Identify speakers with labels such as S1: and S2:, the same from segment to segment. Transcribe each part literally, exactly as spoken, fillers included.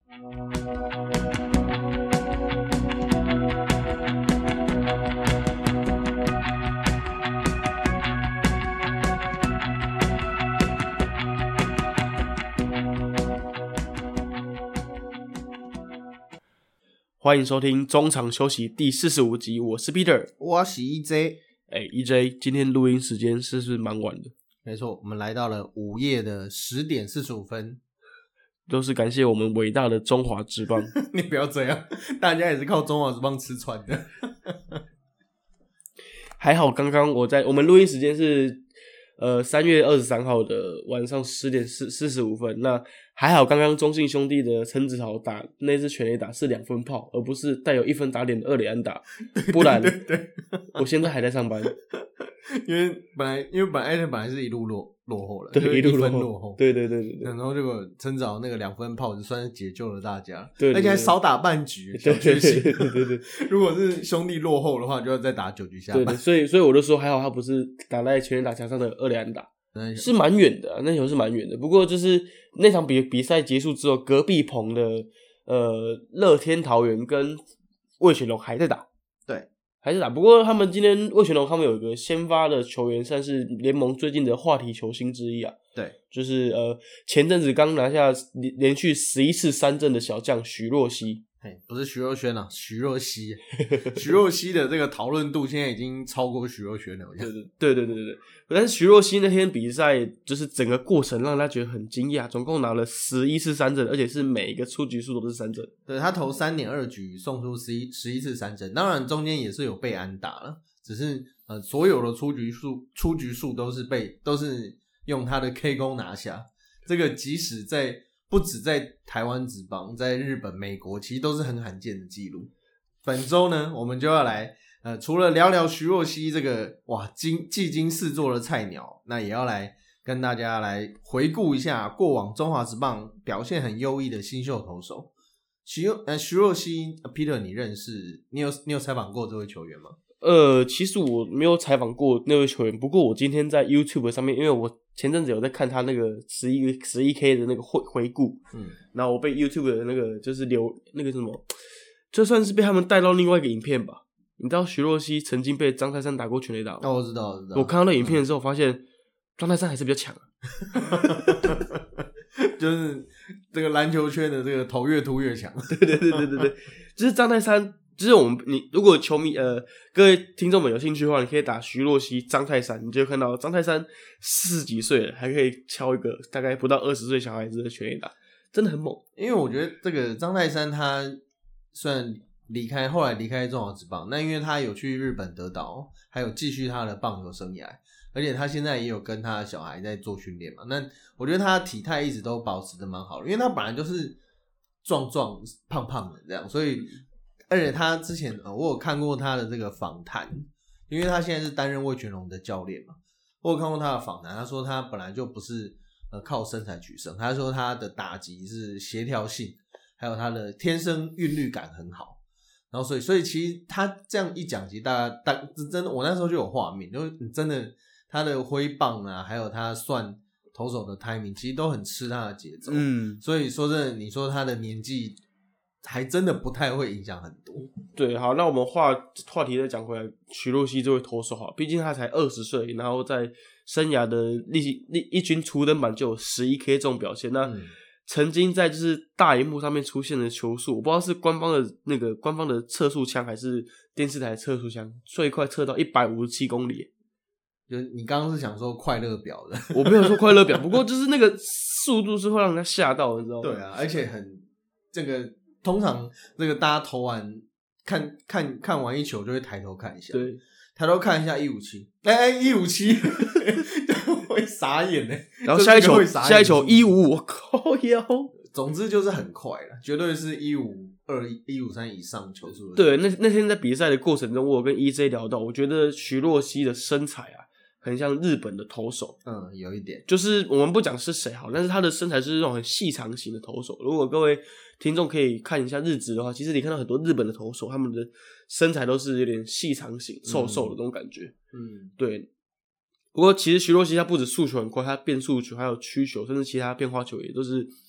S1: 欢迎收听中场休息第四十五集，我是 Peter，
S2: 我是 E J。
S1: 哎 ，E J， 今天录音时间是不是蛮晚的？
S2: 没错，我们来到了午夜的十点四十五分，
S1: 都是感谢我们伟大的中华职棒。
S2: 你不要这样，大家也是靠中华职棒吃穿的。
S1: 还好刚刚我在我们录音时间是呃三月二十三号的晚上十点四十五分，那还好刚刚中信兄弟的陈子豪打那支全垒打是两分炮，而不是带有一分打点的二垒安打，不然
S2: 对对对对
S1: 我现在还在上班。
S2: 因为本来因为本来艾伦本来是一路落落后了，
S1: 对，一路
S2: 落
S1: 后，
S2: 落后，
S1: 对对对对对。
S2: 然后结果陈子豪那个两分炮就算是解救了大家，
S1: 对对对，
S2: 而且还少打半局，
S1: 对
S2: 小确幸。
S1: 对对对对对，
S2: 如果是兄弟落后的话，就要再打九局下半。
S1: 对对，所以所以我就说还好他不是打在全垒打墙上的二垒安打。是蛮远的、啊，那球是蛮远的。不过就是那场比比赛结束之后，隔壁棚的呃乐天桃园跟味全龙还在打，
S2: 对，
S1: 还在打。不过他们今天味全龙他们有一个先发的球员，算是联盟最近的话题球星之一啊。
S2: 对，
S1: 就是呃前阵子刚拿下连连续十一次三振的小将许若曦。
S2: 嘿，不是徐若瑄啊，徐若曦。徐若曦的这个讨论度现在已经超过徐若瑄了。
S1: 对对对对对对。但是徐若曦那天比赛就是整个过程让他觉得很惊讶，总共拿了十一次三振，而且是每一个出局数都是三振。
S2: 对，他投 三点二 局送出十一, 十一次三振，当然中间也是有被安打了，只是呃所有的出局数出局数都是被都是用他的 K 攻拿下。这个即使在不止在台湾职棒，在日本、美国其实都是很罕见的记录。本周呢，我们就要来呃，除了聊聊徐若曦这个哇经技精四座的菜鸟，那也要来跟大家来回顾一下过往中华职棒表现很优异的新秀投手。徐呃徐若曦 Peter 你认识，你有你有采访过这位球员吗？
S1: 呃，其实我没有采访过那位球员，不过我今天在 YouTube 上面，因为我前阵子有在看他那个十一 十一 K 的那个回回顾，嗯，然后我被 YouTube 的那个就是留那个什么，就算是被他们带到另外一个影片吧。你知道徐若曦曾经被张泰山打过全垒打吗？
S2: 哦，我知道，我知道。
S1: 我看到那影片的时候，发现张泰山还是比较强、啊，
S2: 就是这个篮球圈的这个头越秃越强。
S1: 对对对对对对，就是张泰山。就是我们，你如果球迷呃各位听众们有兴趣的话，你可以打徐若曦、张泰山，你就会看到张泰山四十几岁了，还可以敲一个大概不到二十岁小孩子的全垒打，真的很猛。
S2: 因为我觉得这个张泰山他虽然离开，后来离开中华职棒，那因为他有去日本德岛，还有继续他的棒球生涯，而且他现在也有跟他的小孩在做训练嘛。那我觉得他体态一直都保持得蛮好的，因为他本来就是壮壮胖胖的这样，所以。而且他之前、呃、我有看过他的这个访谈，因为他现在是担任味全龙的教练嘛，我有看过他的访谈，他说他本来就不是呃靠身材取胜，他说他的打击是协调性，还有他的天生韵律感很好，然后所以所以其实他这样一讲，其实大家大真的我那时候就有画面，就是真的他的挥棒啊，还有他算投手的 timing， 其实都很吃他的节奏，嗯，所以说真的，你说他的年纪。还真的不太会影响很多。
S1: 对，好，那我们话话题再讲回来，徐若曦这位投手好，毕竟他才二十岁，然后在生涯的历历一军初登板就有十一 K 这种表现，那、嗯、曾经在就是大荧幕上面出现的球速，我不知道是官方的那个官方的测速枪还是电视台测速枪，最快测到一百五十七公里。
S2: 就你刚刚是想说快乐表的，
S1: 我没有说快乐表，不过就是那个速度是会让人家吓到，你知道吗？
S2: 对啊，而且很这个。通常这个大家投完看看看完一球就会抬头看一下，
S1: 对，
S2: 抬头看一下一五七，哎一五七，会傻眼呢。
S1: 然后下一球下一球一五五，我靠腰。
S2: 总之就是很快了，绝对是一五二、一五三以上球速的。
S1: 对，那那天在比赛的过程中，我有跟 E J 聊到，我觉得徐若曦的身材啊，很像日本的投手。
S2: 嗯，有一点。
S1: 就是我们不讲是谁好，但是他的身材是那种很细长型的投手。如果各位听众可以看一下日职的话，其实你看到很多日本的投手，他们的身材都是有点细长型、瘦瘦的那种感觉。嗯，对。不过其实徐若曦他不止速球很快，他变速球还有曲球，甚至其他变化球也都是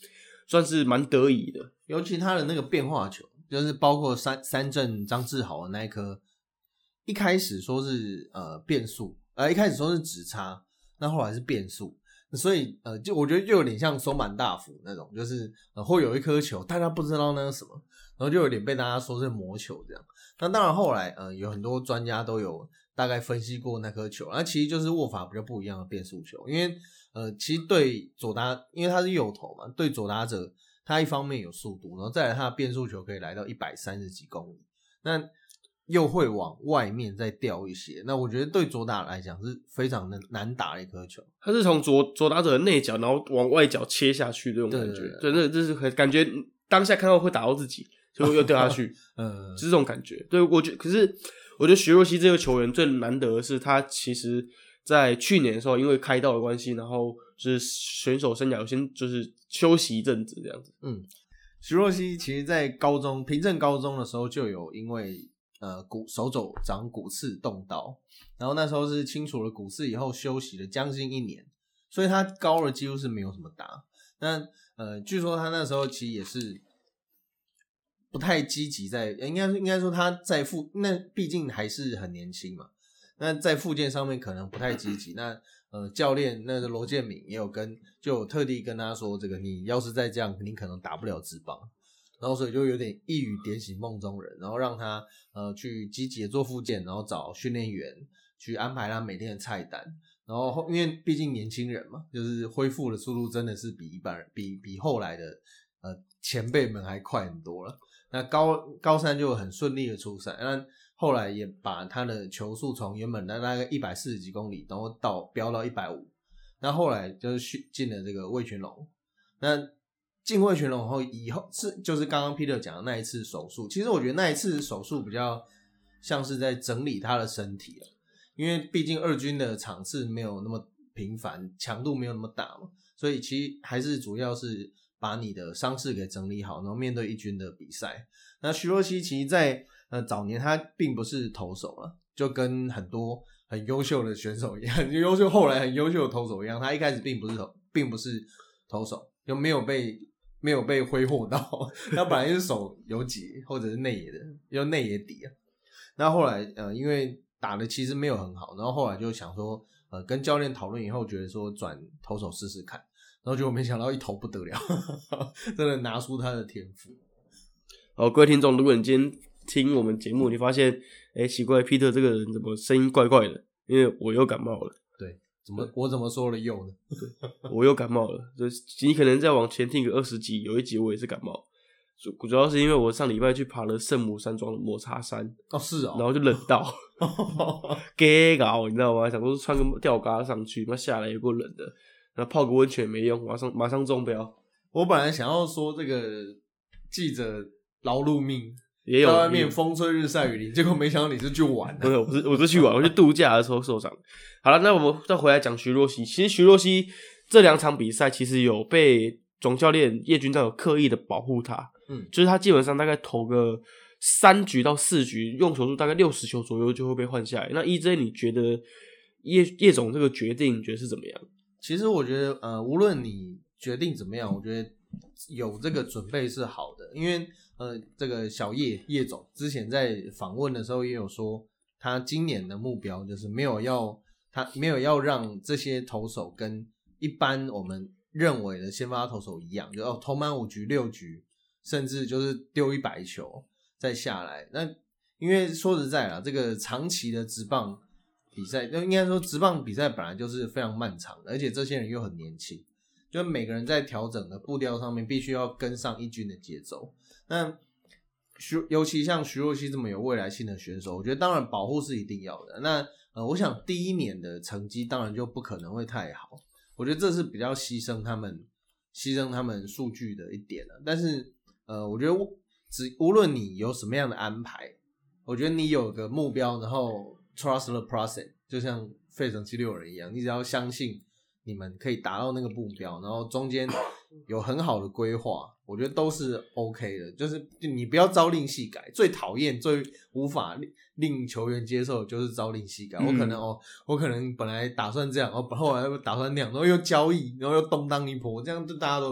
S1: 算是蛮得意的。
S2: 尤其他的那个变化球，就是包括三三振张志豪的那一颗，一开始说是呃变速，呃一开始说是直插，那后来是变速，所以呃就我觉得就有点像松坂大辅那种，就是呃会有一颗球大家不知道那是什么，然后就有点被大家说是魔球这样。那当然后来呃有很多专家都有大概分析过那颗球，那其实就是握法比较不一样的变速球，因为呃其实对左打，因为他是右投嘛，对左打者他一方面有速度，然后再来他的变速球可以来到一百三十几公里，那又会往外面再掉一些，那我觉得对左打来讲是非常难打的一颗球。
S1: 他是从左左打者的内角，然后往外角切下去这种感觉，对，那这是很感觉当下看到会打到自己，就又掉下去，嗯，就是这种感觉。对，我觉得，可是我觉得徐若熙这个球员最难得的是，他其实在去年的时候因为开刀的关系，然后就是选手生涯有先就是休息一阵子这样子。
S2: 嗯，徐若熙其实在高中平镇高中的时候就有因为呃骨手肘长骨刺动刀，然后那时候是清除了骨刺以后休息了将近一年，所以他高了几乎是没有什么打。那呃据说他那时候其实也是不太积极在，应该应该说他在复那毕竟还是很年轻嘛，那在复健上面可能不太积极。那呃教练那个罗建敏也有跟就有特地跟他说，这个你要是再这样你可能打不了职棒，然后所以就有点一语点醒梦中人，然后让他呃去积极的做复健，然后找训练员去安排他每天的菜单，然后因为毕竟年轻人嘛，就是恢复的速度真的是比一般人比比后来的呃前辈们还快很多了。那高高三就很顺利的出赛，那后来也把他的球速从原本的大概一百四十几公里，然后到飙到一百五十，那后来就是进了这个味全龙。那进味全龙后以后是就是刚刚 Peter 讲的那一次手术，其实我觉得那一次手术比较像是在整理他的身体了，因为毕竟二军的场次没有那么频繁，强度没有那么大嘛，所以其实还是主要是把你的伤势给整理好，然后面对一军的比赛。那徐若熙其实在呃早年他并不是投手了，就跟很多很优秀的选手一样，很优秀后来很优秀的投手一样，他一开始并不是投并不是投手，就没有被没有被挥霍到，他本来是手游击或者是内野的，有内野底啊。那后来呃因为打的其实没有很好，然后后来就想说呃跟教练讨论以后，觉得说转投手试试看，然后结果没想到一投不得了，真的拿出他的天赋。
S1: 好，各位听众，如果你今天听我们节目，你发现哎奇怪 Peter 这个人怎么声音怪怪的，因为我又感冒了。
S2: 对，怎么我怎么说了又呢？
S1: 对，我又感冒了，就是你可能再往前听个二十集，有一集我也是感冒，主要是因为我上礼拜去爬了圣母山庄的抹茶山。
S2: 哦，是哦，
S1: 然后就冷到给搞，你知道吗？想说穿个吊嘎上去，那下来有够冷的，然后泡个温泉没用，马上马上中标。
S2: 我本来想要说这个记者劳碌命，
S1: 也有
S2: 在外面风吹日晒雨淋，结果没想到你是去玩的。
S1: 不是，我是我是去玩，我去度假的时候受伤。好了，那我们再回来讲徐若熙。其实徐若熙这两场比赛其实有被总教练叶军章有刻意的保护他，嗯，就是他基本上大概投个三局到四局，用球数大概六十球左右就会被换下来。那 E J 你觉得叶叶总这个决定你觉得是怎么样？
S2: 其实我觉得呃，无论你决定怎么样，我觉得有这个准备是好的，因为呃，这个小叶叶总之前在访问的时候也有说，他今年的目标就是没有要他没有要让这些投手跟一般我们认为的先发投手一样，就哦投满五局六局，甚至就是丢一百球再下来。那因为说实在啦，这个长期的职棒比赛，应该说职棒比赛本来就是非常漫长的，而且这些人又很年轻，就每个人在调整的步调上面必须要跟上一军的节奏。那徐尤其像徐若熙这么有未来性的选手，我觉得当然保护是一定要的。那呃，我想第一年的成绩当然就不可能会太好，我觉得这是比较牺牲他们牺牲他们数据的一点了。但是呃，我觉得只无论你有什么样的安排，我觉得你有个目标，然后 trust the process， 就像费城七六人一样，你只要相信你们可以达到那个目标，然后中间有很好的规划，我觉得都是 OK 的。就是你不要朝令夕改，最讨厌最无法令球员接受的就是朝令夕改。嗯、我可能哦，我可能本来打算这样，哦，后来打算那样，然后又交易，然后又东当一波，这样对大家都很不好。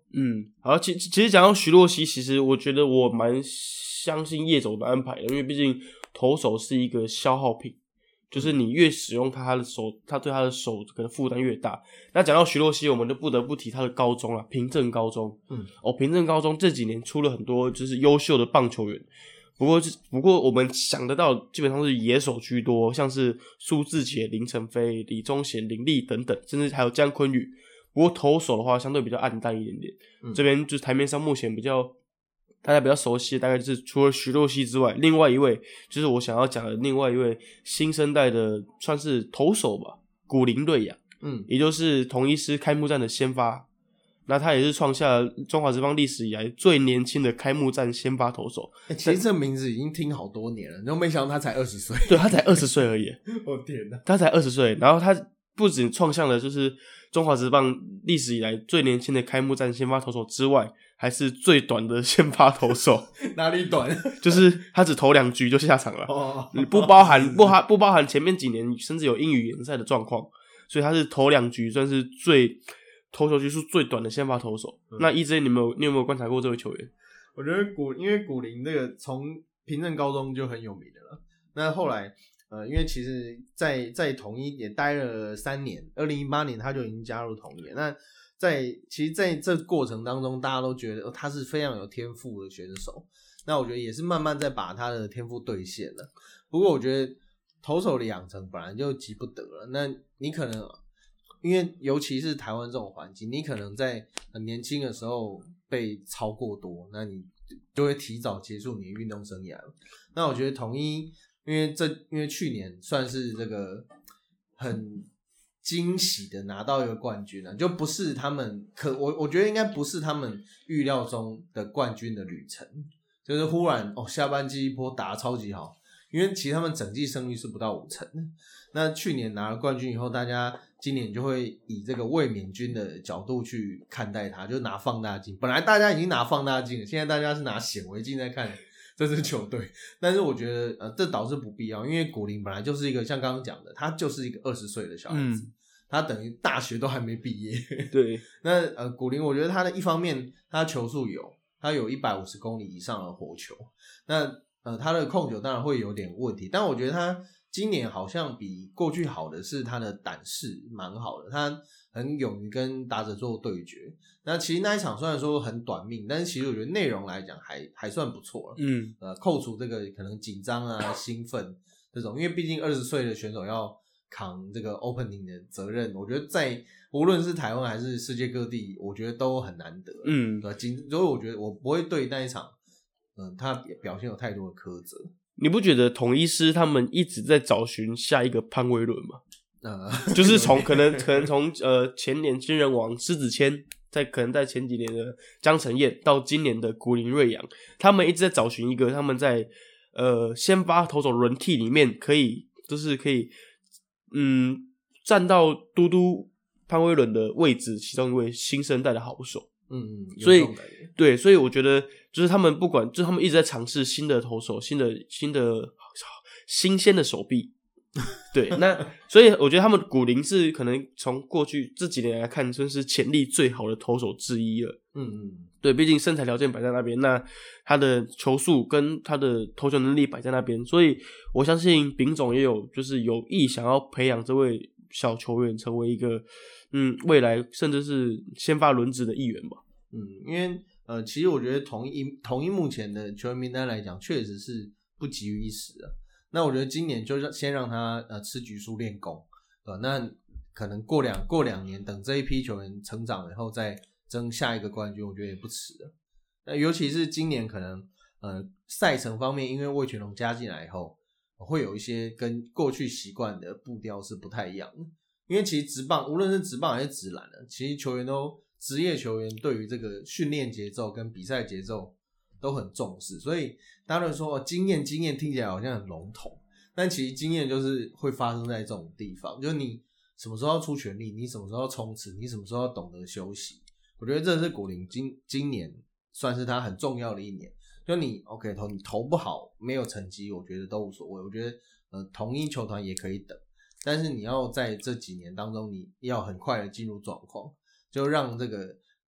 S1: 嗯，好，其其实讲到徐若熙，其实我觉得我蛮相信叶总的安排的，因为毕竟投手是一个消耗品，就是你越使用他，他的手，他对他的手可能负担越大。那讲到徐若熙，我们就不得不提他的高中啦，平镇高中。嗯，哦，平镇高中这几年出了很多就是优秀的棒球员。不过，不过我们想得到基本上是野手居多，像是苏智杰、林承飞、李宗贤、林立等等，甚至还有姜昆宇。不过投手的话，相对比较暗淡一点点。嗯、这边就是台面上目前比较大家比较熟悉的，大概就是除了徐若熙之外，另外一位就是我想要讲的另外一位新生代的，算是投手吧，古林睿煬。嗯，也就是统一狮开幕战的先发。那他也是创下中华职棒历史以来最年轻的开幕战先发投手。
S2: 欸、其实这名字已经听好多年了，然后没想到他才二十岁。
S1: 对，他才二十岁而已。
S2: 我天哪！
S1: 他才二十岁，然后他不仅创下了就是中华职棒历史以来最年轻的开幕战先发投手之外，还是最短的先发投手。
S2: 哪里短？
S1: 就是他只投两局就下场了，哦、不包含不含不包含前面几年甚至有英语联赛的状况，所以他是投两局算是最。投球局数最短的先发投手。嗯、那 E J 你们有你有没有观察过这位球员？
S2: 我觉得古因为古林这个从平镇高中就很有名的了。那后来呃，因为其实在在统一也待了三年，二零一八年他就已经加入统一。那在其实在这过程当中，大家都觉得、哦、他是非常有天赋的选手。那我觉得也是慢慢在把他的天赋兑现了。不过我觉得投手的养成本来就急不得了。那你可能。因为尤其是台湾这种环境，你可能在很年轻的时候被超过多，那你就会提早结束你的运动生涯了。那我觉得统一，因为这因为去年算是这个很惊喜的拿到一个冠军了，就不是他们可我我觉得应该不是他们预料中的冠军的旅程，就是忽然哦下半季一波打得超级好，因为其实他们整季胜率是不到五成的。那去年拿了冠军以后，大家今年就会以这个卫冕军的角度去看待他，就拿放大镜。本来大家已经拿放大镜了，现在大家是拿显微镜在看这支球队。但是我觉得呃，这倒是不必要，因为古林本来就是一个像刚刚讲的，他就是一个二十岁的小孩子，嗯、他等于大学都还没毕业。
S1: 对，
S2: 那呃，古林我觉得他的一方面，他球速有，他有一百五十公里以上的活球。那呃，他的控球当然会有点问题，但我觉得他。今年好像比过去好的是他的胆识蛮好的，他很勇于跟打者做对决。那其实那一场虽然说很短命，但是其实我觉得内容来讲还还算不错了。嗯，呃，扣除这个可能紧张啊、兴奋这种，因为毕竟二十岁的选手要扛这个 opening 的责任，我觉得在无论是台湾还是世界各地，我觉得都很难得。嗯，对，所以我觉得我不会对那一场，嗯、呃，他表现有太多的苛责。
S1: 你不觉得统一狮他们一直在找寻下一个潘威伦吗？呃，就是从可能可能从呃前年金人王施子谦，在可能在前几年的江承彦，到今年的古林睿煬，他们一直在找寻一个他们在呃先发投手轮替里面可以就是可以嗯站到嘟嘟潘威伦的位置，其中一位新生代的好手。
S2: 嗯嗯，
S1: 所以对，所以我觉得就是他们不管，就是他们一直在尝试新的投手、新的新的新鲜的手臂。对，那所以我觉得他们古林是可能从过去这几年来看，真是潜力最好的投手之一了。嗯嗯，对，毕竟身材条件摆在那边，那他的球速跟他的投球能力摆在那边，所以我相信丙总也有就是有意想要培养这位小球员成为一个。嗯，未来甚至是先发轮值的一员吧。
S2: 嗯，因为呃，其实我觉得统一统一目前的球员名单来讲，确实是不急于一时的。那我觉得今年就先让他呃吃局数练功，呃，那可能过两过两年，等这一批球员成长以后再争下一个冠军，我觉得也不迟了。那尤其是今年可能呃赛程方面，因为魏全龙加进来以后，会有一些跟过去习惯的步调是不太一样的。因为其实职棒无论是职棒还是职篮呢，其实球员都职业球员对于这个训练节奏跟比赛节奏都很重视，所以大家都说、哦、经验经验听起来好像很笼统，但其实经验就是会发生在这种地方，就是你什么时候要出全力，你什么时候要冲刺，你什么时候要懂得休息。我觉得这是古林今今年算是他很重要的一年，就你 OK 投你投不好没有成绩，我觉得都无所谓，我觉得呃统一球团也可以等。但是你要在这几年当中，你要很快的进入状况，就让这个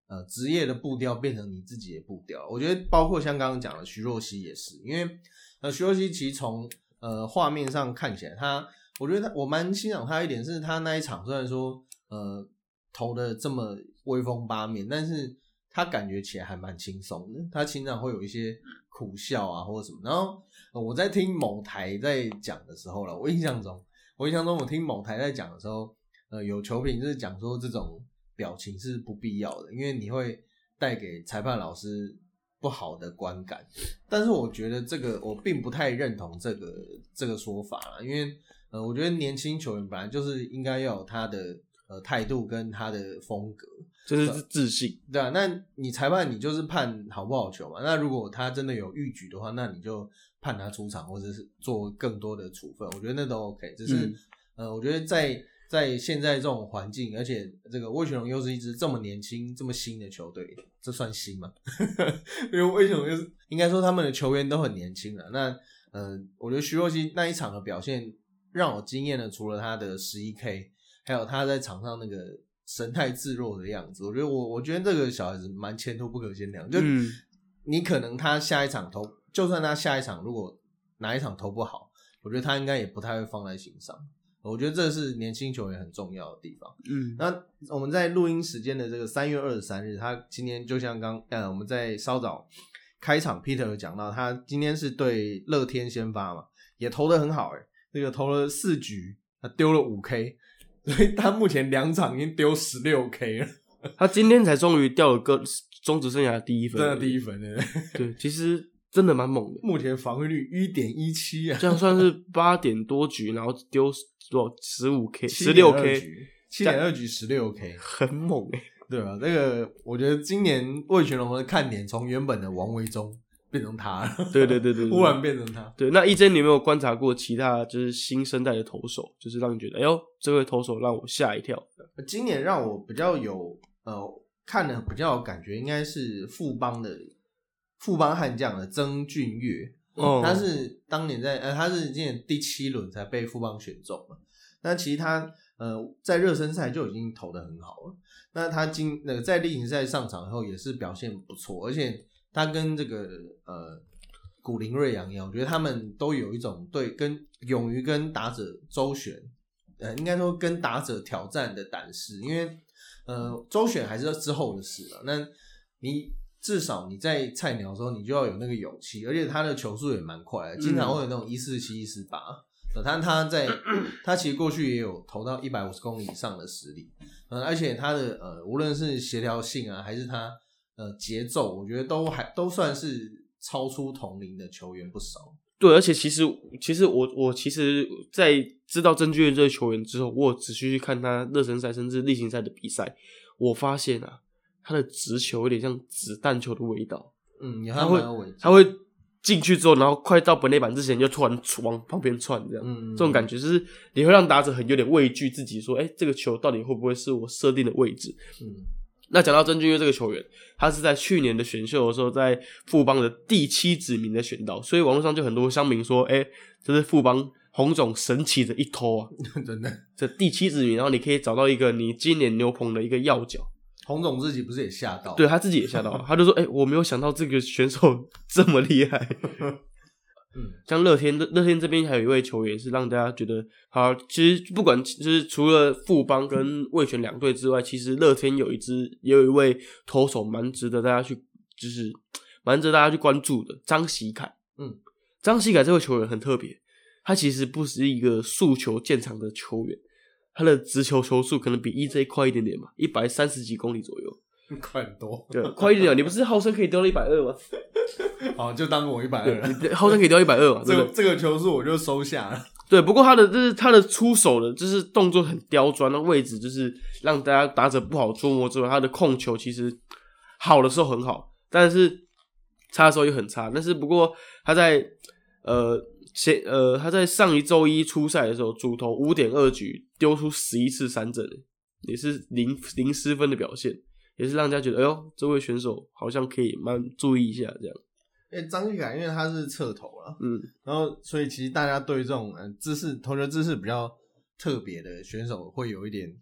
S2: 呃职业的步调变成你自己的步调。我觉得包括像刚刚讲的徐若曦也是，因为呃徐若曦其实从呃画面上看起来，他我觉得他我蛮欣赏他一点是他那一场虽然说呃投的这么威风八面，但是他感觉起来还蛮轻松的，他经常会有一些苦笑啊或者什么。然后、呃、我在听某台在讲的时候啦，我印象中我印象中我听某台在讲的时候，呃有球评就是讲说这种表情是不必要的，因为你会带给裁判老师不好的观感。但是我觉得这个我并不太认同这个这个说法啦，因为呃我觉得年轻球员本来就是应该要有他的呃态度跟他的风格，
S1: 就是自信。
S2: 对啊，那你裁判你就是判好不好球嘛，那如果他真的有逾矩的话，那你就判他出场或者是做更多的处分，我觉得那都 OK。 只是、嗯、呃我觉得在在现在这种环境，而且这个味全龙又是一支这么年轻这么新的球队，这算新吗？因为味全龙又是应该说他们的球员都很年轻了。那呃我觉得徐若曦那一场的表现让我惊艳的，除了他的 十一K， 还有他在场上那个神态自若的样子，我觉得我我觉得这个小孩子蛮前途不可限量。就你可能他下一场投，就算他下一场如果哪一场投不好，我觉得他应该也不太会放在心上。我觉得这是年轻球员很重要的地方。嗯，那我们在录音时间的这个三月二十三日，他今天就像刚呃我们在稍早开场 Peter 有讲到，他今天是对乐天先发嘛，也投得很好诶、欸，这个投了四局，他丢了 五 K。所以他目前两场已经丢 十六 K 了，
S1: 他今天才终于掉了个中职生涯的第一分，
S2: 真的第一分对
S1: 对，其实真的蛮猛的。
S2: 目前防御率 一点一七 啊，
S1: 这样算是八点多局，然后丢多少 十五 K 十六 K
S2: 七点二局 十六 K，
S1: 很猛诶、欸、
S2: 对吧？这个我觉得今年味全龙的看点从原本的王维忠变成他了，
S1: 对对对 对, 对, 对，
S2: 忽然变成他。
S1: 对，那一真你有没有观察过其他就是新生代的投手，就是让你觉得哎呦这位投手让我吓一跳？
S2: 今年让我比较有呃看了比较有感觉，应该是富邦的富邦悍将的曾峻岳，哦，他是当年在呃他是今年第七轮才被富邦选中嘛，那其实他呃在热身赛就已经投得很好了，那他今那个在例行赛上场后也是表现不错，而且他跟这个呃古林睿煬一样，我觉得他们都有一种对跟勇于跟打者周旋，呃，应该说跟打者挑战的胆识，因为呃周旋还是之后的事了。那你至少你在菜鸟的时候，你就要有那个勇气，而且他的球速也蛮快的，经常会有那种一四七、一四八。他他在他其实过去也有投到一百五十公里以上的实力，呃，而且他的呃无论是协调性啊，还是他呃节奏，我觉得都还都算是超出同龄的球员不少。
S1: 对，而且其实其实我我其实在知道曾峻岳这个球员之后，我有仔细去看他热身赛甚至例行赛的比赛，我发现啊，他的直球有点像子弹球的味道。
S2: 嗯，
S1: 他会他会进去之后，然后快到本垒板之前就突然往旁边窜，这样，嗯，这种感觉就是你会让打者很有点畏惧自己，说，哎、欸，这个球到底会不会是我设定的位置？嗯，那讲到曾峻岳这个球员，他是在去年的选秀的时候，在富邦的第七指名的选到，所以网络上就很多乡民说，哎、欸，这是富邦洪总神奇的一偷啊，
S2: 真的，
S1: 这第七指名，然后你可以找到一个你今年牛棚的一个要角。
S2: 洪总自己不是也吓到？
S1: 对，他自己也吓到，他就说：“哎、欸，我没有想到这个选手这么厉害。”嗯，像乐天，乐天这边还有一位球员是让大家觉得，好，其实不管就是除了富邦跟味全两队之外，其实乐天有一支也有一位投手蛮值得大家去，就是蛮值得大家去关注的，张喜凯。嗯，张喜凯这位球员很特别，他其实不是一个速球见长的球员。他的直球球速可能比 E J 快一点点嘛，一百三十几公里左右，
S2: 快很多。
S1: 对，快一点点。你不是号称可以丢到一百二吗？
S2: 好，就当我一百二。
S1: 你号称可以丢一百二嘛？
S2: 这个这个球速我就收下了。
S1: 对，不过他的就是他的出手的，就是动作很刁钻，那位置就是让大家打者不好捉摸之外，他的控球其实好的时候很好，但是差的时候也很差。但是不过他在呃。先呃，他在上一周一出赛的时候，主投 五点二 局，丢出十一次三振，也是零零失分的表现，也是让人家觉得，哎呦，这位选手好像可以蛮注意一下这样。
S2: 因为张继凯，因为他是侧投啦，嗯，然后所以其实大家对这种呃姿势投球姿势比较特别的选手会有一点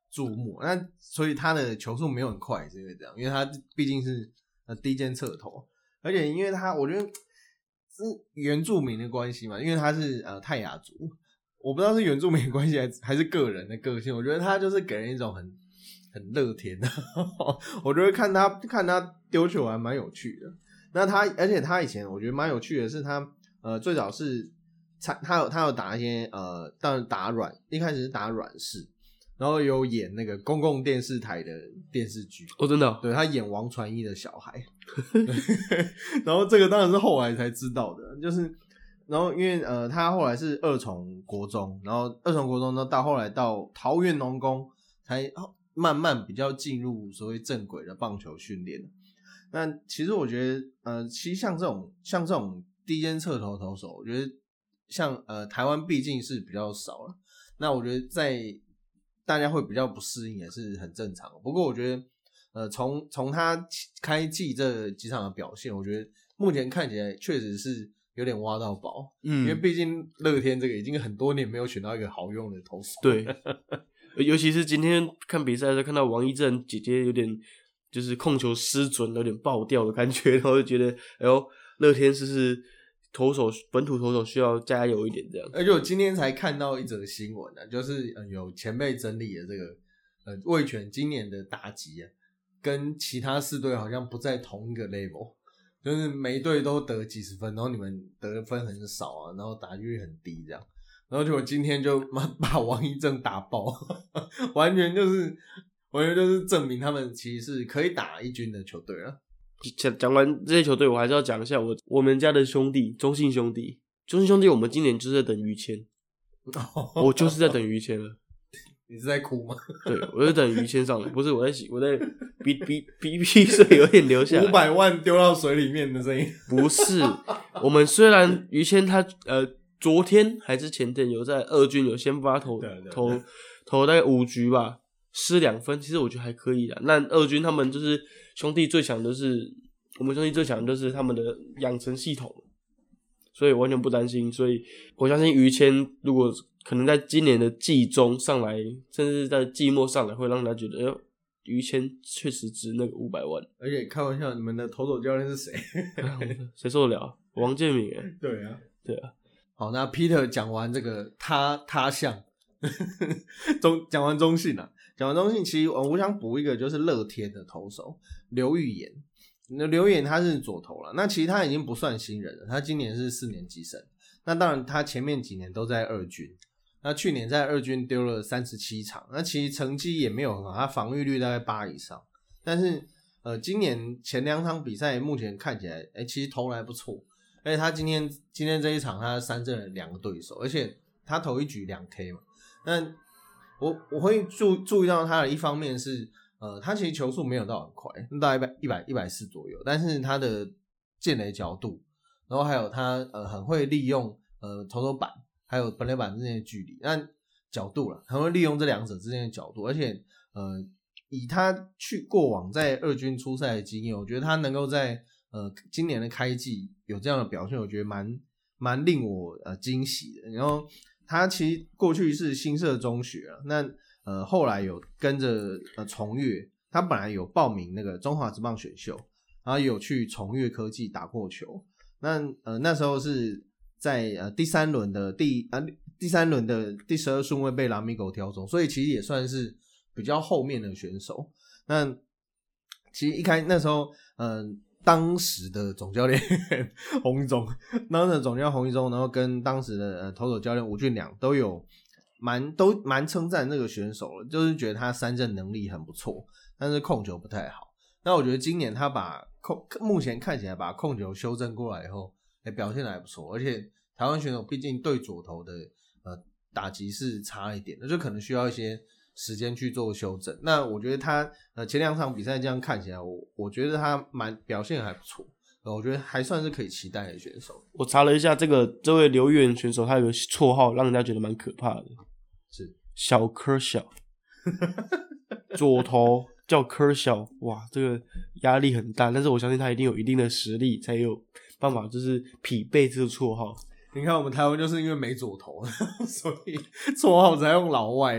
S2: 注目。那所以他的球速没有很快，是因为这样，因为他毕竟是呃低肩侧投，而且因为他我觉得是原住民的关系嘛，因为他是呃泰雅族，我不知道是原住民的关系还是还是个人的个性，我觉得他就是给人一种很很乐天的，我觉得看他看他丢球还蛮有趣的。那他而且他以前我觉得蛮有趣的是他呃最早是他有他有打一些呃当然打软，一开始是打软式，然后有演那个公共电视台的电视剧
S1: 哦，真的、哦，
S2: 对他演王传一的小孩，然后这个当然是后来才知道的，就是然后因为呃他后来是二重国中，然后二重国中呢到后来到桃园农工才慢慢比较进入所谓正轨的棒球训练。那其实我觉得呃其实像这种像这种低肩侧投投手，我觉得像呃台湾毕竟是比较少了，那我觉得在大家会比较不适应也是很正常。不过我觉得呃从从他开季这几场的表现，我觉得目前看起来确实是有点挖到宝，嗯，因为毕竟乐天这个已经很多年没有选到一个好用的投手，
S1: 对，尤其是今天看比赛的时候，看到王一正姐姐有点就是控球失准，有点爆掉的感觉，然后就觉得哎呦，乐天是是投手本土投手需要加油一点这样。
S2: 而且我今天才看到一则新闻啊，就是呃有前辈整理的这个呃味全今年的打击啊，跟其他四队好像不在同一个 level。就是每一队都得几十分，然后你们得分很少啊，然后打击率很低这样，然后结果今天就把王一正打爆，完全就是完全就是证明他们其实是可以打一军的球队了。
S1: 讲讲完这些球队，我还是要讲一下我我们家的兄弟中信兄弟，中信兄弟我们今年就是在等于谦，我就是在等于谦了。
S2: 你是在哭吗？
S1: 对，我在等于谦上来，不是我在我在鼻鼻鼻鼻水有点流下来，
S2: 五百万丢到水里面的声音。
S1: 不是，我们虽然于谦他呃昨天还是前天有在二军有先发投投投大概五局吧，失两分，其实我觉得还可以啦。那二军他们就是兄弟最强的是我们兄弟最强的就是他们的养成系统，所以完全不担心。所以我相信于谦如果可能在今年的季中上来，甚至在季末上来，会让他觉得，哎呦，于谦确实值那个五百万。
S2: 而且开玩笑，你们的投手教练是谁？
S1: 谁受得了？王建民哎。
S2: 对啊，
S1: 对啊。
S2: 好，那 Peter 讲完这个他他项，中讲完中信啊，讲完中信，其实我想补一个就是乐天的投手刘玉妍。那刘玉妍他是左投了，那其实他已经不算新人了，他今年是四年级生。那当然，他前面几年都在二军。那去年在二军丢了三十七场，那其实成绩也没有很好，他防御率大概八以上。但是呃，今年前两场比赛目前看起来，哎、欸，其实投得还不错。而且他今天今天这一场他三振了两个对手，而且他投一局两 K 嘛。那我我会注注意到他的一方面是，呃，他其实球速没有到很快，大概一百一百四左右，但是他的健垒角度，然后还有他呃很会利用呃投手板。还有本垒板之间的距离，那角度啦，很会利用这两者之间的角度，而且呃，以他去过往在二军出赛的经验，我觉得他能够在呃今年的开季有这样的表现，我觉得蛮蛮令我呃惊喜的。然后他其实过去是新社中学啊，那呃后来有跟着呃崇越，他本来有报名那个中华职棒选秀，然后有去崇越科技打过球，那呃那时候是。在呃第三轮的第啊第三轮的第十二顺位被拉米狗挑中，所以其实也算是比较后面的选手。那其实一开那时候，嗯、呃，当时的总教练洪一中，当时的总教练洪一中，然后跟当时的呃投手教练吴俊良都有蛮都蛮称赞这个选手了，就是觉得他三振能力很不错，但是控球不太好。那我觉得今年他把控目前看起来把控球修正过来以后。欸、表现得还不错，而且台湾选手毕竟对左投的呃打击是差一点的，就可能需要一些时间去做修正。那我觉得他呃前两场比赛这样看起来，我我觉得他蛮表现还不错，呃，我觉得还算是可以期待的选手。
S1: 我查了一下，这个这位刘元选手，他有个绰号让人家觉得蛮可怕的，
S2: 是
S1: 小科小，左投叫科小，哇，这个压力很大，但是我相信他一定有一定的实力，才有办法就是匹配这个绰号。
S2: 你看我们台湾就是因为没左投，所以绰号才用老外的。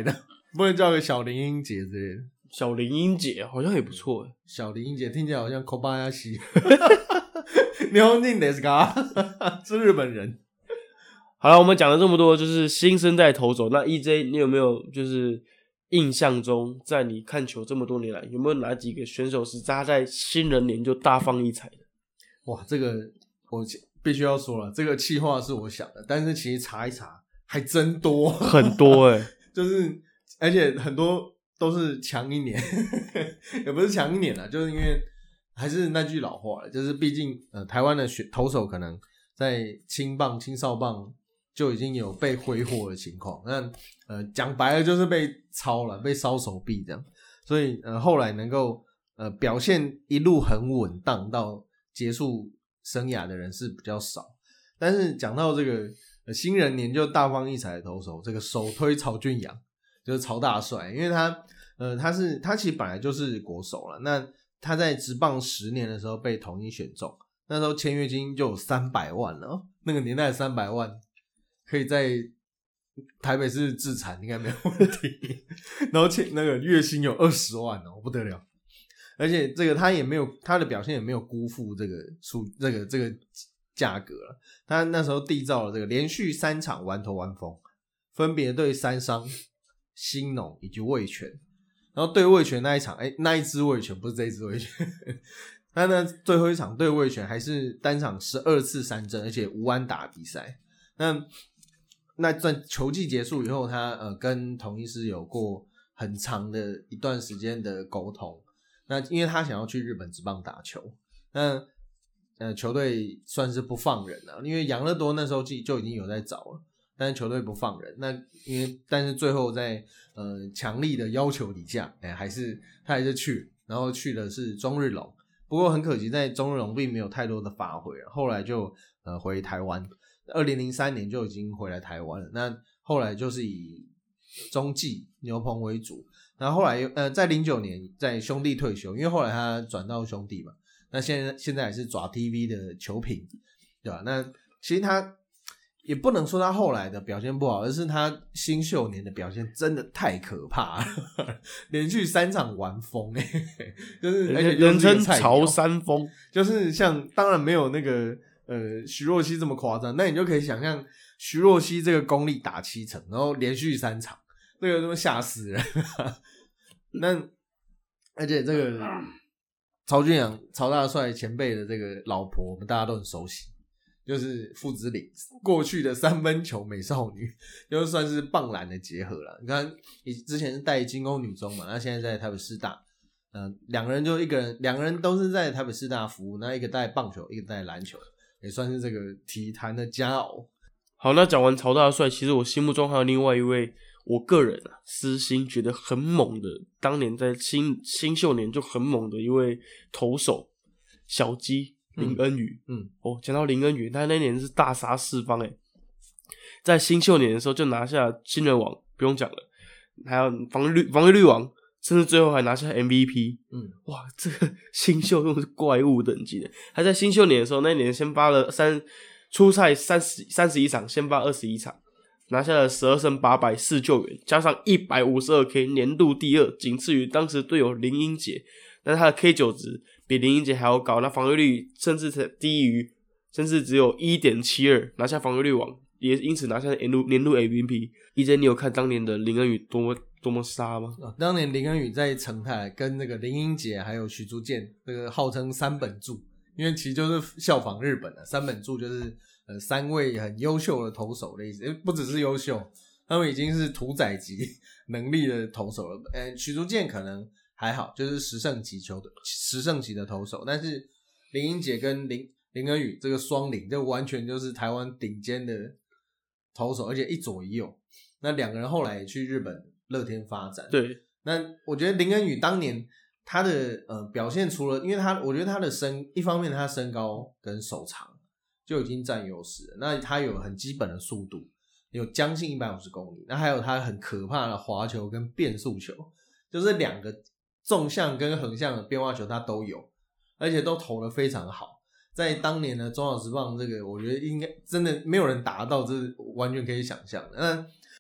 S2: 不能叫个小林英杰之类的。
S1: 小林英杰好像也不错诶。
S2: 小林英杰听起来好像 Kobayashi。日本人ですか？是日本人。
S1: 好了，我们讲了这么多，就是新生代投手。那 E J 你有没有就是印象中，在你看球这么多年来，有没有哪几个选手是他在新人年就大放异彩的？
S2: 哇，这个我必须要说了，这个企划是我想的，但是其实查一查还真多，
S1: 很多诶、欸、
S2: 就是而且很多都是强一年，也不是强一年啦，就是因为还是那句老话了，就是毕竟呃台湾的选投手可能在青棒、青少棒就已经有被挥霍的情况，那呃讲白了就是被抄了，被烧手臂这样，所以呃后来能够呃表现一路很稳当到结束生涯的人是比较少。但是讲到这个、呃、新人年就大放异彩的投手，这个首推曹俊阳就是曹大帅，因为他呃他是他其实本来就是国手了，那他在职棒十年的时候被统一选中，那时候签约金就有三百万了、哦、那个年代的三百万可以在台北市自产应该没有问题。然后那个月薪有二十万哦，不得了。而且这个他也没有他的表现也没有辜负这个数这个这个价格了。他那时候缔造了这个连续三场完投完封，分别对三商、兴农以及味全。然后对味全那一场，哎，那一支味全不是这一支味全。他呢最后一场对味全还是单场十二次三振，而且无安打比赛。那那段球季结束以后，他呃跟统一师有过很长的一段时间的沟通。那因为他想要去日本职棒打球，那呃球队算是不放人了，因为养乐多那时候就已经有在找了，但是球队不放人。那因为但是最后在呃强力的要求底下，哎、欸、还是他还是去，然后去的是中日龙。不过很可惜，在中日龙并没有太多的发挥了，后来就呃回台湾。二零零三年就已经回来台湾了，那后来就是以中继牛棚为主，然后后来呃在零九年在兄弟退休，因为后来他转到兄弟嘛，那现在现在也是爪 T V 的球评，对吧？那其实他也不能说他后来的表现不好，而是他新秀年的表现真的太可怕了，连续三场完封哎、欸，就是而且
S1: 人称曹三封，
S2: 就是像当然没有那个。呃，徐若曦这么夸张，那你就可以想象徐若曦这个功力打七成，然后连续三场，这个都吓死人。那而且这个曹俊阳、曹大帅前辈的这个老婆，我们大家都很熟悉，就是傅之琳，过去的三分球美少女，就算是棒篮的结合了。你看，你之前是带金钩女中嘛，那现在在台北师大。嗯、呃，两个人就一个人，两个人都是在台北师大服务，那一个带棒球，一个带篮球。也算是这个体坛的佳偶。
S1: 好，那讲完曹大帅，其实我心目中还有另外一位，我个人啊私心觉得很猛的，当年在新新秀年就很猛的一位投手小鸡林恩宇。嗯，嗯哦，讲到林恩宇，他那年是大杀四方诶，在新秀年的时候就拿下新人王，不用讲了，还有防御率防御率王。甚至最后还拿下 M V P， 嗯，哇，这个新秀用的是怪物等级的。他在新秀年的时候，那年先发了三出赛三十三十一场，先发二十一场，拿下了十二胜八败四救援，加上一百五十二 K， 年度第二，仅次于当时队友林英杰。但是他的 K 九 值比林英杰还要高，那防御率甚至低于，甚至只有 一点七二， 拿下防御率王，也因此拿下年度年度 M V P。E J， 你有看当年的林恩宇多么？多么杀吗、
S2: 哦？当年林恩宇在成泰跟那个林英杰还有许竹健，这个号称三本柱，因为其实就是效仿日本的三本柱，就是呃三位很优秀的投手的意思，不只是优秀，他们已经是屠宰级能力的投手了。呃，许竹健可能还好，就是十胜级球的十胜级的投手，但是林英杰跟林林恩宇这个双林，这完全就是台湾顶尖的投手，而且一左一右。那两个人后来也去日本乐天发展。
S1: 对，
S2: 那我觉得林恩宇当年他的呃表现，除了因为他，我觉得他的身一方面他身高跟手长就已经占优势了，那他有很基本的速度，有将近一百五十公里，那还有他很可怕的滑球跟变速球，就是两个纵向跟横向的变化球他都有，而且都投得非常好。在当年的中华职棒，这个我觉得应该真的没有人达到，这是完全可以想象的。那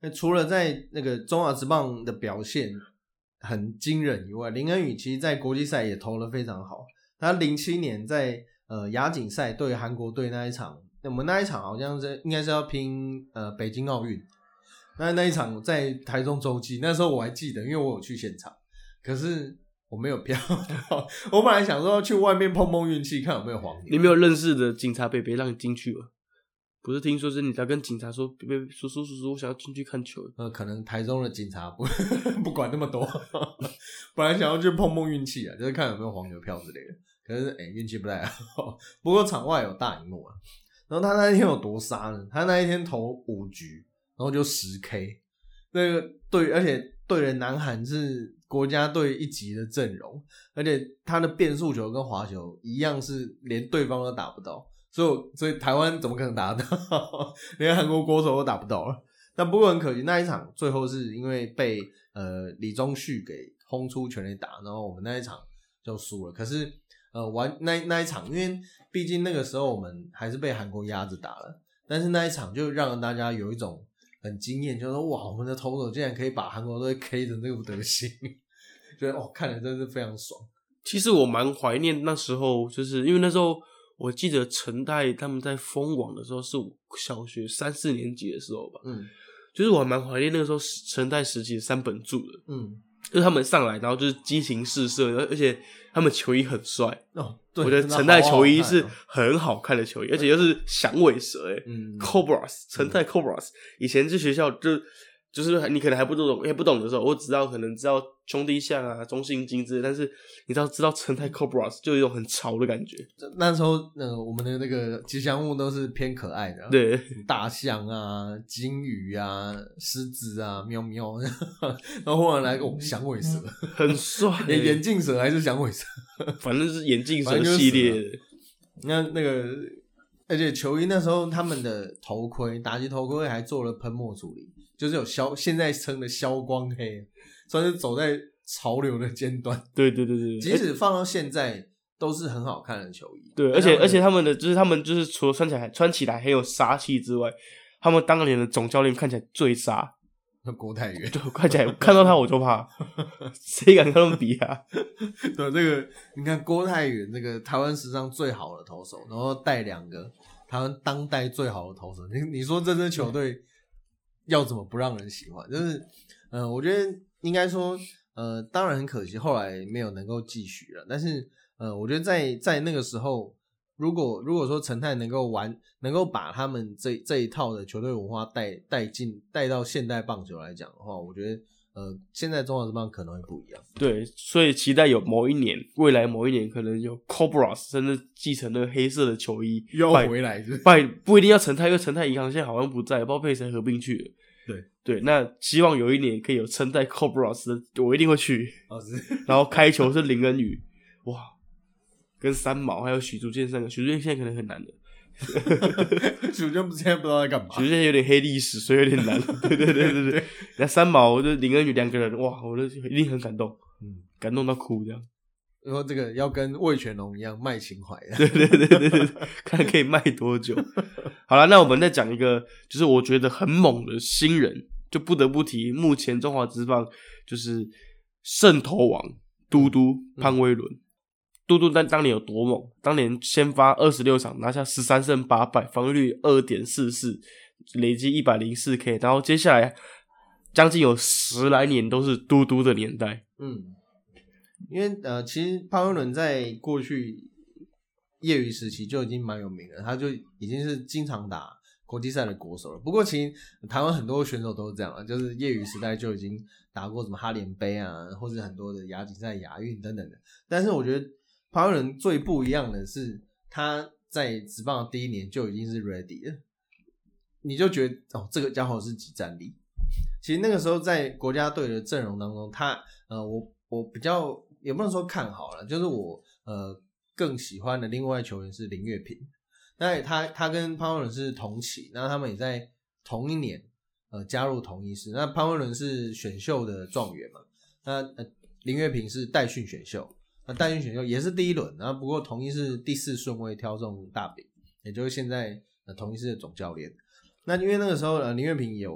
S2: 那除了在那个中华职棒的表现很惊人以外，林恩宇其实在国际赛也投得非常好。他零七年在呃亚锦赛对韩国队那一场，我们那一场好像是应该是要拼呃北京奥运，那那一场在台中洲际，那时候我还记得，因为我有去现场，可是我没有票，我本来想说去外面碰碰运气，看有没有黄牛。
S1: 你没有认识的警察伯伯让你进去了？不是听说是你要跟警察说，伯伯叔叔叔叔，我想要进去看球。
S2: 呃，可能台中的警察不不管那么多，本来想要去碰碰运气啊，就是看有没有黄牛票之类的。可是哎，运气不太好。不过场外有大荧幕啊。然后他那一天有多杀呢？他那一天投五局，然后就十 K。那个对，而且对人南韩是国家队一级的阵容，而且他的变速球跟滑球一样是连对方都打不到。所以，所以台湾怎么可能打得到？连韩国国手都打不到了。但不过很可惜，那一场最后是因为被呃李宗旭给轰出全垒打，然后我们那一场就输了。可是呃玩那那一场，因为毕竟那个时候我们还是被韩国压着打了，但是那一场就让大家有一种很惊艳，就是说哇，我们的投手竟然可以把韩国队 K 成这个德行，觉得哦看了真是非常爽。
S1: 其实我蛮怀念那时候，就是因为那时候。我记得陈泰他们在封网的时候是我小学三四年级的时候吧，嗯，就是我还蛮怀念那个时候陈泰时期的三本柱的，嗯，就是他们上来然后就是激情四射，而且他们球衣很帅哦，对，我觉得陈泰球衣是很好看的球衣，而且又是响尾蛇诶、欸、嗯 Cobras 陈泰 Cobras， 以前在学校就就是你可能还不懂也不懂的时候，我只知道可能知道兄弟象啊、中信金之类，但是你知道知道陈泰 Cobras 就有一种很潮的感觉。
S2: 那时候呃，我们的那个吉祥物都是偏可爱的，
S1: 对，
S2: 大象啊、金鱼啊、狮子啊、喵喵，然后忽然来个、哦、响尾蛇，
S1: 很帅、欸，
S2: 眼镜蛇还是响尾蛇，
S1: 反正是眼镜蛇系列的。
S2: 那那个，而且球衣那时候他们的头盔，打击头盔还做了喷墨处理。就是有消，现在称的消光黑，算是走在潮流的尖端。
S1: 对对对对，
S2: 即使放到现在都是很好看的球衣。
S1: 对，而且而且他们的就是他们就是除了穿起来穿起来很有杀气之外，他们当年的总教练看起来最杀。
S2: 郭泰源，
S1: 对，看起来看到他我就怕，谁敢跟他们比啊？
S2: 对，这个你看郭泰源，这个台湾史上最好的投手，然后带两个台湾当代最好的投手，你你说这支球队？要怎么不让人喜欢？就是，呃，我觉得应该说，呃，当然很可惜，后来没有能够继续了。但是，呃，我觉得在在那个时候，如果如果说陈泰能够玩，能够把他们这这一套的球队文化带带进带到现代棒球来讲的话，我觉得，呃，现在中华职棒可能会不一样。
S1: 对，所以期待有某一年，未来某一年可能有 Cobras 甚至继承那个黑色的球衣
S2: 又要回来是
S1: 不，不一定要陈泰，因为陈泰银行现在好像不在，不知道被谁合并去了。
S2: 对
S1: 对，那希望有一年可以有陈泰 Cobras 的，我一定会去。
S2: 哦、是
S1: 然后开球是林恩宇，哇，跟三毛还有许竹健三个，许竹健现在可能很难的。
S2: 许竹健现在不知道在干嘛，
S1: 许竹健有点黑历史，所以有点难。对对对对对，那三毛就林恩宇两个人，哇，我就一定很感动，嗯，感动到哭这样。
S2: 然后这个要跟魏全龙一样卖情怀的，
S1: 对对对对对，看可以卖多久。好啦，那我们再讲一个，就是我觉得很猛的新人，就不得不提目前中华职棒就是胜投王嘟嘟潘威伦。嗯、嘟嘟当当年有多猛？当年先发二十六场，拿下十三胜八败，防御率 二点四四， 累积 一百零四 K， 然后接下来将近有十来年都是嘟嘟的年代。
S2: 嗯。因为呃，其实潘威伦在过去业余时期就已经蛮有名了，他就已经是经常打国际赛的国手了。不过其实台湾很多选手都是这样，就是业余时代就已经打过什么哈联杯啊，或者很多的亚锦赛、亚运等等的。但是我觉得潘威伦最不一样的是，他在职棒的第一年就已经是 ready 了，你就觉得哦，这个家伙是即战力。其实那个时候在国家队的阵容当中，他呃，我我比较。也不能说看好了，就是我呃更喜欢的另外球员是林岳平，那他他跟潘威伦是同期，那他们也在同一年呃加入同一师。那潘威伦是选秀的状元嘛，那呃林岳平是代训选秀，那代训选秀也是第一轮，然后不过同一是第四顺位挑中大饼，也就是现在呃同一师的总教练。那因为那个时候呃林岳平有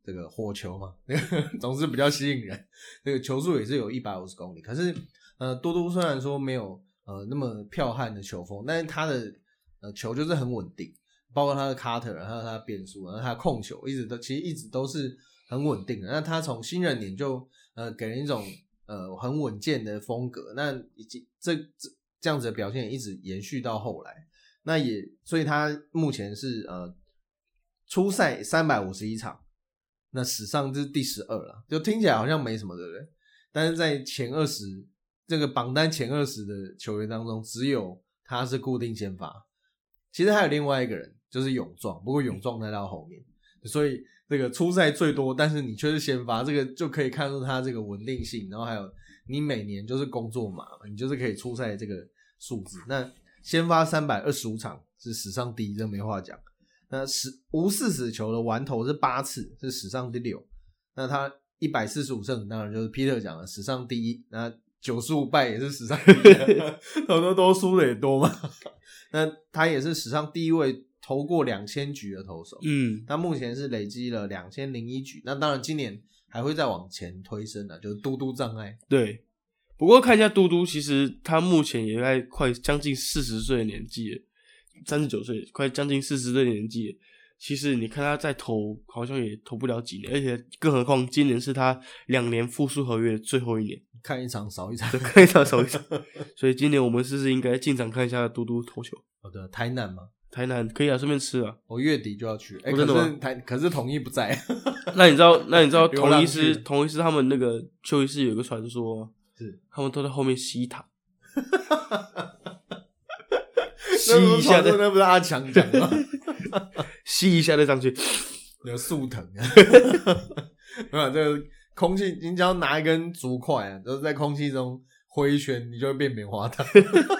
S2: 这个火球嘛，总是比较吸引人，这个球速也是有一百五十公里。可是呃，嘟嘟虽然说没有呃那么剽悍的球风，但是他的呃球就是很稳定，包括他的 cutter 还有他的变速，然后他的控球一直都其实一直都是很稳定的。那他从新人年就呃给人一种呃很稳健的风格，那以及这这这样子的表现也一直延续到后来。那也所以他目前是呃出赛三百五十一场，那史上这是第十二了，就听起来好像没什么，对不对？但是在前二十这个榜单前二十的球员当中，只有他是固定先发。其实还有另外一个人就是勇壮，不过勇壮在到后面，所以这个出赛最多，但是你却是先发，这个就可以看出他这个稳定性，然后还有你每年就是工作码，你就是可以出赛这个数字。那先发三百二十五场是史上第一，这没话讲。那无四死球的完投是八次，是史上第六。那他一百四十五胜，当然就是 Peter 讲的史上第一。那九十五败也是史上第一，很多都输的也多嘛。那他也是史上第一位投过两千局的投手。
S1: 嗯，
S2: 他目前是累积了两千零一局。那当然今年还会再往前推升的，就是嘟嘟障碍。
S1: 对。不过看一下嘟嘟，其实他目前也在快将近四十岁的年纪了，三十九岁，快将近四十岁的年纪了。其实你看他再投，好像也投不了几年，而且更何况今年是他两年复数合约的最后一年，
S2: 看一场少一场，
S1: 看一场少一场。所以今年我们是不是应该进场看一下嘟嘟投球？
S2: 好的，台南吗？
S1: 台南可以啊，顺便吃啊。
S2: 我月底就要去，哎、欸，
S1: 可
S2: 是台可是统一不在。
S1: 那你知道？那你知道同一师同一师他们那个休息室有一个传说吗？
S2: 是他
S1: 们都在后面吸糖。
S2: 吸一下，那不是阿强讲吗？
S1: 吸一下再上去，
S2: 有速腾啊！没有，这个空气，你只要拿一根竹筷啊，就是在空气中挥一圈，你就会变棉花糖。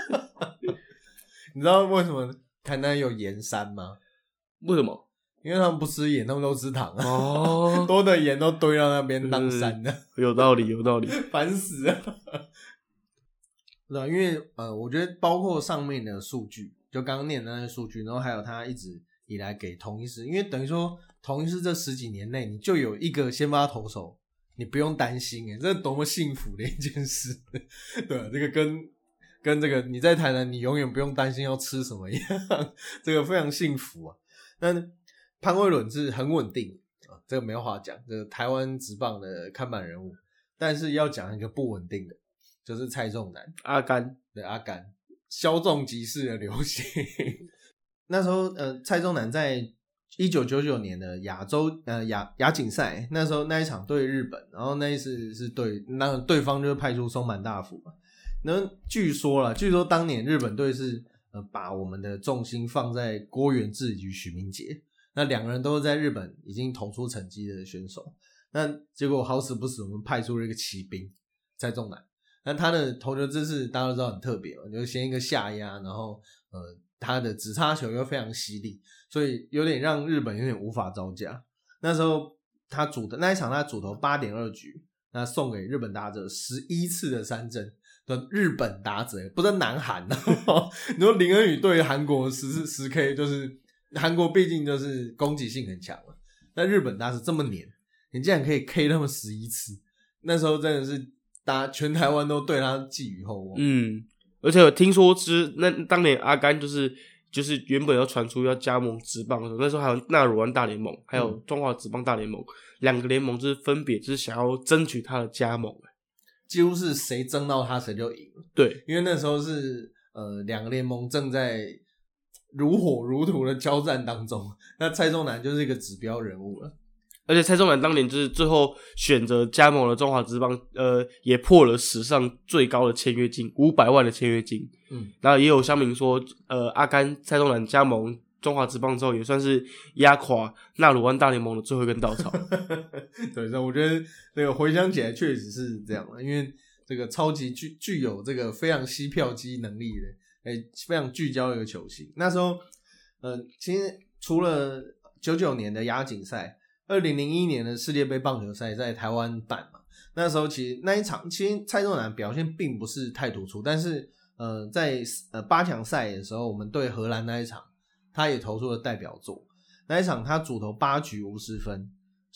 S2: 你知道为什么台南有盐山吗？
S1: 为什么？
S2: 因为他们不吃盐，他们都吃糖啊。
S1: 哦，
S2: 多的盐都堆到那边当山的，
S1: 有道理，有道理，
S2: 烦死了。对啊，因为呃，我觉得包括上面的数据，就刚刚念的那些数据，然后还有他一直以来给同一师，因为等于说同一师这十几年内，你就有一个先发投手，你不用担心，诶，这是多么幸福的一件事。对啊，这个跟跟这个你在台南，你永远不用担心要吃什么一样，这个非常幸福啊。但潘威伦是很稳定啊，这个没有话讲，这个台湾职棒的看板人物。但是要讲一个不稳定的，就是蔡仲南，
S1: 阿甘，
S2: 对阿甘，稍纵即逝的流行。那时候，呃，蔡仲南在一九九九年的亚洲呃亚亚锦赛，那时候那一场对日本，然后那一次是对那对方就是派出松坂大辅嘛。那据说啦，据说当年日本队是呃把我们的重心放在郭源治以及许明杰。那两个人都是在日本已经投出成绩的选手，那结果好死不死我们派出了一个骑兵蔡仲南，那他的投球姿势大家都知道很特别嘛，就是先一个下压，然后呃他的直插球又非常犀利，所以有点让日本有点无法招架。那时候他主的那一场他主投 八点二 局，那送给日本打者十一次的三振的日本打者，不是南韩啊。你说林恩宇对韩国 十, 十 K 就是韩国毕竟就是攻击性很强嘛，但日本打者这么黏，你竟然可以 K 他们十一次，那时候真的是大家全台湾都对他寄予厚望。
S1: 嗯，而且我听说之那当年阿甘就是就是原本要传出要加盟职棒的时候，那时候还有纳鲁湾大联盟，还有中华职棒大联盟，两、嗯、个联盟就是分别就是想要争取他的加盟，
S2: 几乎是谁争到他谁就赢。
S1: 对，
S2: 因为那时候是呃两个联盟正在如火如荼的交战当中，那蔡仲南就是一个指标人物了。
S1: 而且蔡仲南当年就是最后选择加盟了中华职棒，呃，也破了史上最高的签约金五百万的签约金。嗯，然后也有乡民说，呃，阿甘蔡仲南加盟中华职棒之后，也算是压垮纳鲁湾大联盟的最后一根稻草。
S2: 对，所以我觉得这个回想起来确实是这样的，因为这个超级具具有这个非常吸票机能力的。欸、非常聚焦的一个球星。那时候呃，其实除了九九年的亚锦赛，二零零一年的世界杯棒球赛在台湾办嘛，那时候其实那一场其实蔡仲南表现并不是太突出，但是呃在呃八强赛的时候我们对荷兰那一场他也投出了代表作，那一场他主投八局无失分，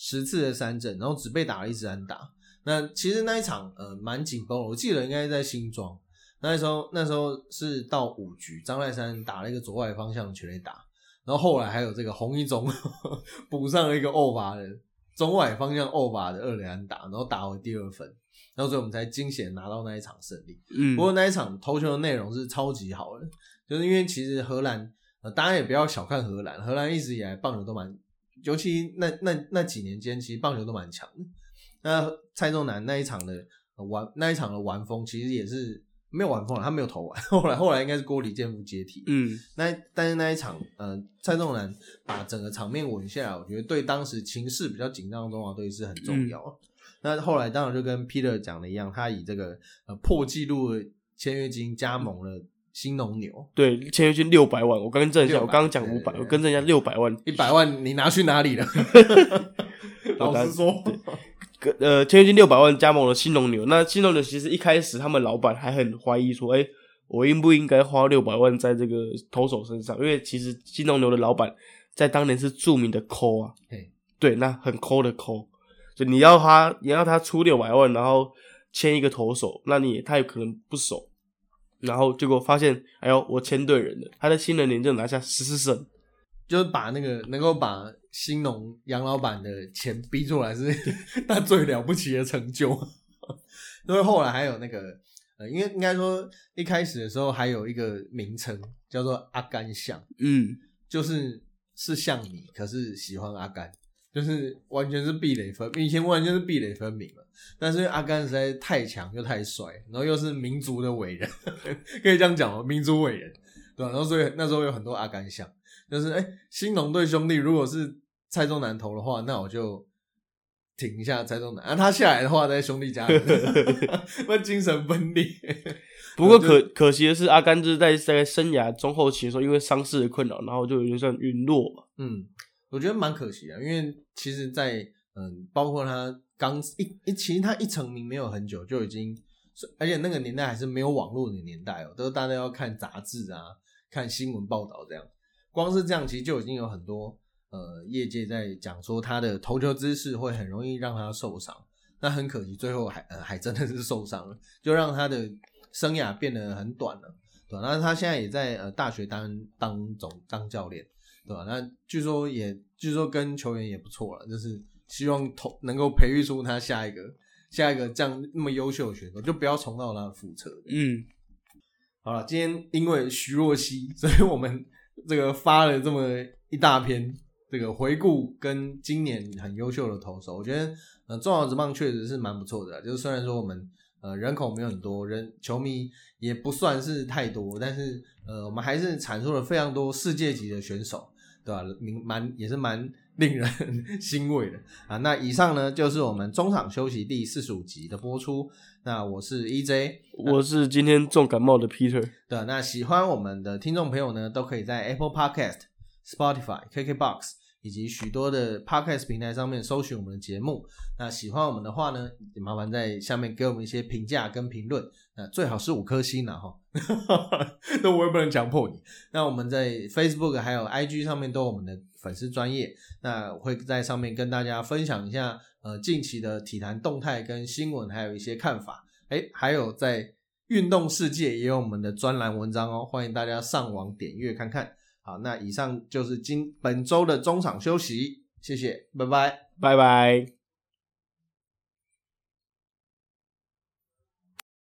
S2: 十次的三振，然后只被打了一支安打。那其实那一场呃蛮紧绷的，我记得应该在新庄。那时候那时候是到五局，张泰山打了一个左外方向的全垒打，然后后来还有这个洪一中补上了一个欧巴的中外方向欧巴的二垒安打，然后打回第二分，然后所以我们才惊险拿到那一场胜利。嗯，不过那一场投球的内容是超级好的，就是因为其实荷兰呃，大家也不要小看荷兰，荷兰一直以来棒球都蛮，尤其那那那几年间，其实棒球都蛮强的。那蔡仲南那一场的、呃、完那一场的完封，其实也是。没有完封了，他没有投完，后来后来应该是郭李建夫接替。嗯，那但是那一场，呃，蔡仲南把整个场面稳下来，我觉得对当时情势比较紧张的中华队是很重要、嗯。那后来当然就跟 Peter 讲的一样，他以这个呃破纪录的签约金加盟了兴农牛。
S1: 对，签约金六百万，我刚刚正一下，我刚刚讲五百，我跟正一下六百万，
S2: 一百万你拿去哪里了？老实说。
S1: 呃，签约金六百万加盟了兴农牛。那兴农牛其实一开始他们老板还很怀疑说，哎、欸，我应不应该花六百万在这个投手身上？因为其实兴农牛的老板在当年是著名的抠啊，对，那很抠的抠，就你要他，你要他出六百万，然后签一个投手，那你他有可能不熟，然后结果发现，哎呦，我签对人了，他在新人年就拿下十四胜。
S2: 就是把那个能够把兴农杨老板的钱逼出来是他最了不起的成就。因为后来还有那个呃，因为应该说一开始的时候还有一个名称叫做阿甘像，嗯，就是是像你，可是喜欢阿甘，就是完全是壁垒分，以前完全是壁垒分明了。但是因为阿甘实在太强又太帅，然后又是民族的伟人，可以这样讲吗？民族伟人，对吧？然后所以那时候有很多阿甘像。就是哎，兴农队兄弟如果是蔡仲南投的话，那我就挺一下蔡仲南啊。他下来的话，在兄弟家里，那精神分裂。
S1: 不过可可惜的是，阿甘就是在在生涯中后期的时候，因为伤势的困扰，然后就有点算陨落吧。
S2: 嗯，我觉得蛮可惜的，因为其实在，在嗯，包括他刚一一，其实他一成名没有很久就已经，而且那个年代还是没有网络的年代哦，都是大家要看杂志啊，看新闻报道这样。光是这样其实就已经有很多呃业界在讲说他的投球姿势会很容易让他受伤，那很可惜最后还呃还真的是受伤了，就让他的生涯变得很短了，对吧？那他现在也在呃大学当当总当教练，对吧？那据说也据说跟球员也不错了，就是希望投能够培育出他下一个下一个这样那么优秀的选手，就不要重蹈他的覆辙。嗯，好了，今天因为徐若曦，所以我们这个发了这么一大篇这个回顾跟今年很优秀的投手，我觉得呃中华职棒确实是蛮不错的，就是虽然说我们呃人口没有很多，人球迷也不算是太多，但是呃我们还是产出了非常多世界级的选手，对吧？蛮也是蛮令人欣慰的啊。那以上呢就是我们中场休息第四十五集的播出。那我是 E J，
S1: 我是今天重感冒的 Peter。
S2: 对，那喜欢我们的听众朋友呢，都可以在 Apple Podcast、Spotify、K K Box 以及许多的 Podcast 平台上面搜寻我们的节目。那喜欢我们的话呢，麻烦在下面给我们一些评价跟评论，那最好是五颗星啦齁，那我也不能强迫你。那我们在 Facebook 还有 I G 上面都有我们的粉丝专页，那我会在上面跟大家分享一下呃近期的体坛动态跟新闻，还有一些看法。诶，还有在运动世界也有我们的专栏文章哦，欢迎大家上网点阅看看。好，那以上就是今本周的中场休息，谢谢，拜拜，
S1: 拜拜。